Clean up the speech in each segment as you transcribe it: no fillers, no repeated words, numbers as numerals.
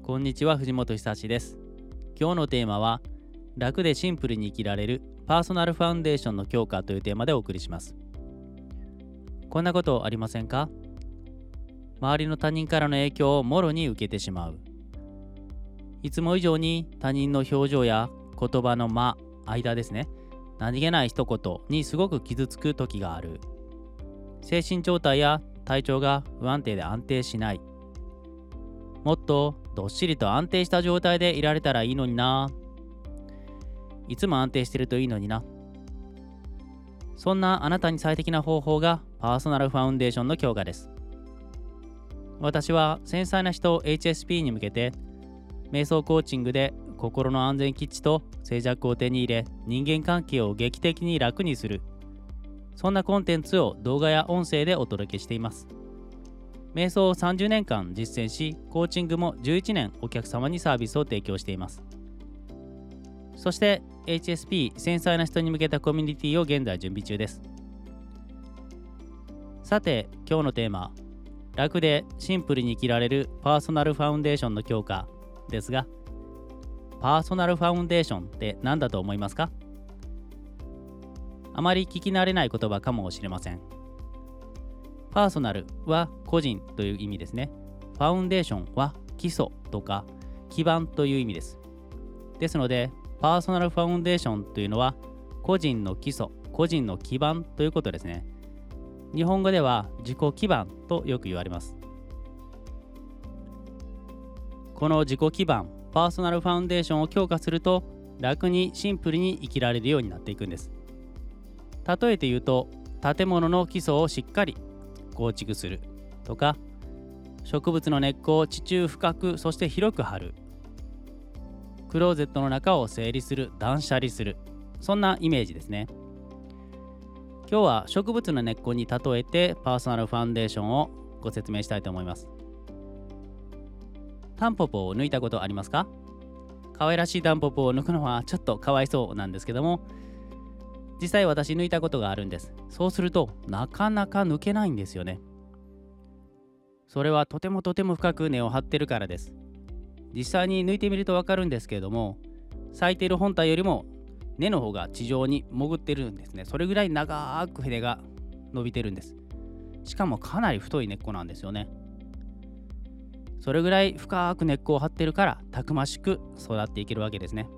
こんにちは、藤本久志です。今日のテーマは楽でシンプルに生きられるパーソナルファウンデーションの強化というテーマでお送りします。こんなことありませんか？周りの他人からの影響をもろに受けてしまう。いつも以上に他人の表情や言葉の間ですね、何気ない一言にすごく傷つく時がある。精神状態や体調が不安定で安定しない。もっとどっしりと安定した状態でいられたらいいのにな。いつも安定してるといいのにな。そんなあなたに最適な方法がパーソナルファウンデーションの強化です。私は繊細な人 HSP に向けて瞑想コーチングで心の安全基地と静寂を手に入れ、人間関係を劇的に楽にする、そんなコンテンツを動画や音声でお届けしています。瞑想を30年間実践し、コーチングも11年お客様にサービスを提供しています。そして HSP 繊細な人に向けたコミュニティを現在準備中です。さて、今日のテーマ、楽でシンプルに生きられるパーソナルファウンデーションの強化ですが、パーソナルファウンデーションって何だと思いますか？あまり聞き慣れない言葉かもしれません。パーソナルは個人という意味ですね。ファウンデーションは基礎とか基盤という意味です。ですので、パーソナルファウンデーションというのは個人の基礎、個人の基盤ということですね。日本語では自己基盤とよく言われます。この自己基盤、パーソナルファウンデーションを強化すると、楽にシンプルに生きられるようになっていくんです。例えて言うと、建物の基礎をしっかり構築するとか、植物の根っこを地中深く、そして広く張る、クローゼットの中を整理する、断捨離する、そんなイメージですね。今日は植物の根っこに例えてパーソナルファウンデーションをご説明したいと思います。タンポポを抜いたことありますか？可愛らしいタンポポを抜くのはちょっとかわいそうなんですけども、実際私抜いたことがあるんです。そうするとなかなか抜けないんですよね。それはとても深く根を張ってるからです。実際に抜いてみるとわかるんですけれども、咲いている本体よりも根の方が地上に潜ってるんですね。それぐらい長く根が伸びてるんです。しかもかなり太い根っこなんですよね。それぐらい深く根っこを張ってるから、たくましく育っていけるわけですね。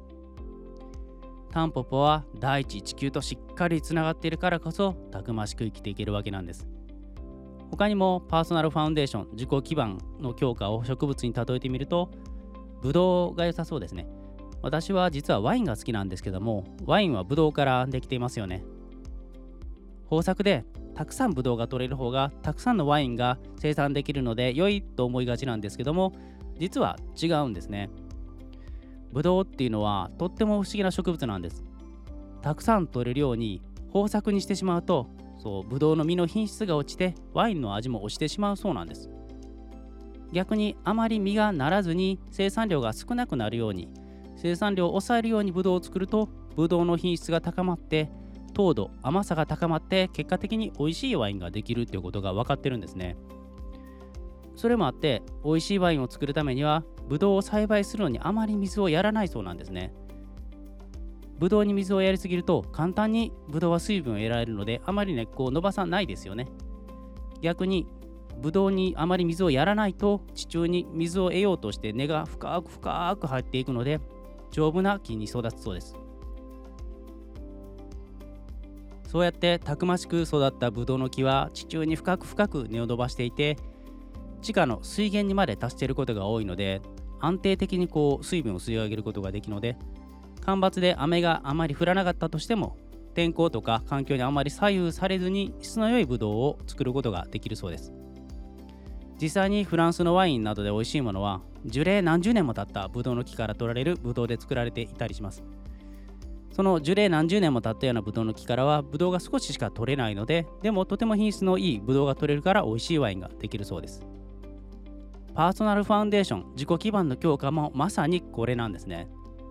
タンポポは大地、地球としっかりつながっているからこそ、たくましく生きていけるわけなんです。他にもパーソナルファウンデーション、自己基盤の強化を植物に例えてみると、ブドウが良さそうですね。私は実はワインが好きなんですけども、ワインはブドウからできていますよね。豊作でたくさんブドウが取れる方が、たくさんのワインが生産できるので良いと思いがちなんですけども、実は違うんですね。ブドウっていうのはとっても不思議な植物なんです。たくさん取れるように豊作にしてしまうと、ブドウの実の品質が落ちてワインの味も落ちてしまうそうなんです。逆にあまり実がならずに生産量が少なくなるように、生産量を抑えるようにブドウを作ると、ブドウの品質が高まって糖度、甘さが高まって、結果的に美味しいワインができるということが分かってるんですね。それもあって、美味しいワインを作るためにはブドウを栽培するのにあまり水をやらないそうなんですね。ブドウに水をやりすぎると簡単にブドウは水分を得られるので、あまり根っこを伸ばさないですよね。逆にブドウにあまり水をやらないと、地中に水を得ようとして根が深く入っていくので、丈夫な木に育つそうです。そうやってたくましく育ったブドウの木は地中に深く根を伸ばしていて、地下の水源にまで達していることが多いので、安定的に水分を吸い上げることができるので、干ばつで雨があまり降らなかったとしても、天候とか環境にあまり左右されずに質の良いブドウを作ることができるそうです。実際にフランスのワインなどで美味しいものは、樹齢何十年も経ったブドウの木から取られるブドウで作られていたりします。その樹齢何十年も経ったようなブドウの木からはブドウが少ししか取れないので、でもとても品質のいいブドウが取れるから美味しいワインができるそうです。パーソナルファウンデーション、自己基盤の強化もまさにこれなんですね。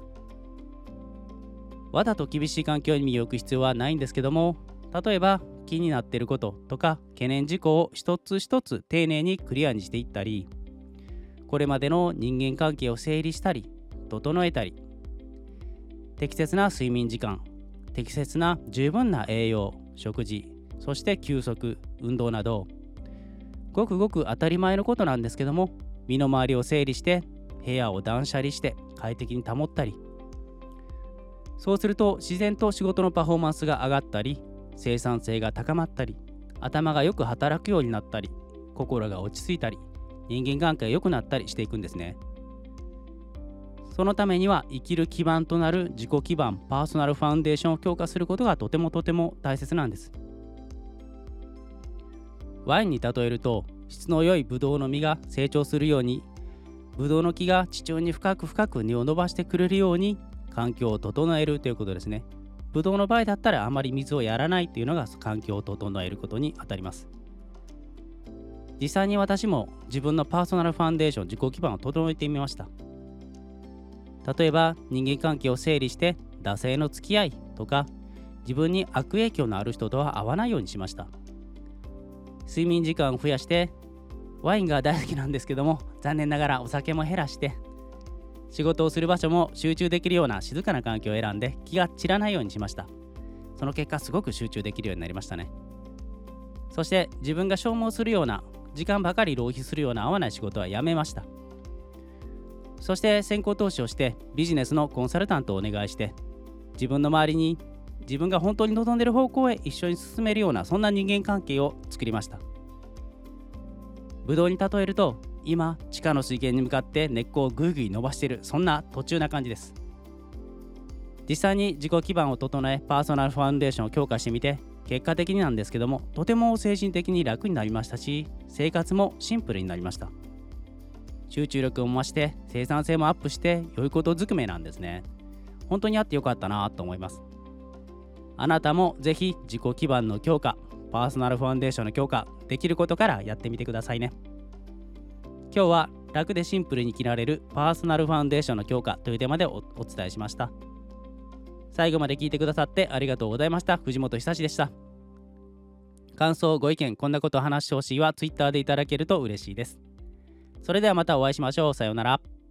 わざと厳しい環境に身を置く必要はないんですけども、例えば気になっていることとか懸念事項を一つ一つ丁寧にクリアにしていったり、 これまでの人間関係を整理したり整えたり、適切な睡眠時間、適切な十分な栄養、食事、そして休息、運動など、ごくごく当たり前のことなんですけども、身の回りを整理して部屋を断捨離して快適に保ったり、そうすると自然と仕事のパフォーマンスが上がったり、生産性が高まったり、頭がよく働くようになったり、心が落ち着いたり、人間関係が良くなったりしていくんですね。そのためには生きる基盤となる自己基盤、パーソナルファウンデーションを強化することがとても大切なんです。ワインに例えると、質の良いブドウの実が成長するように、ブドウの木が地中に深く根を伸ばしてくれるように環境を整えるということですね。ブドウの場合だったらあまり水をやらないというのが環境を整えることにあたります。実際に私も自分のパーソナルファウンデーション、自己基盤を整えてみました。例えば人間関係を整理して惰性の付き合いとか、自分に悪影響のある人とは会わないようにしました。睡眠時間を増やして、ワインが大好きなんですけども、残念ながらお酒も減らして、仕事をする場所も集中できるような静かな環境を選んで気が散らないようにしました。その結果すごく集中できるようになりましたね。そして自分が消耗するような、時間ばかり浪費するような合わない仕事はやめました。そして先行投資をしてビジネスのコンサルタントをお願いして、自分の周りに自分が本当に望んでいる方向へ一緒に進めるような、そんな人間関係を作りました。ブドウに例えると、今地下の水源に向かって根っこをぐいぐい伸ばしている、そんな途中な感じです。実際に自己基盤を整え、パーソナルファウンデーションを強化してみて、結果的になんですけども、とても精神的に楽になりましたし、生活もシンプルになりました。集中力も増して、生産性もアップして、良いことずくめなんですね。本当にあってよかったなと思います。あなたもぜひ自己基盤の強化、パーソナルファウンデーションの強化、できることからやってみてくださいね。今日は楽でシンプルに生きられるパーソナルファウンデーションの強化というテーマでお伝えしました。最後まで聞いてくださってありがとうございました。藤本久志でした。感想、ご意見、こんなことを話してほしいは Twitter でいただけると嬉しいです。それではまたお会いしましょう。さようなら。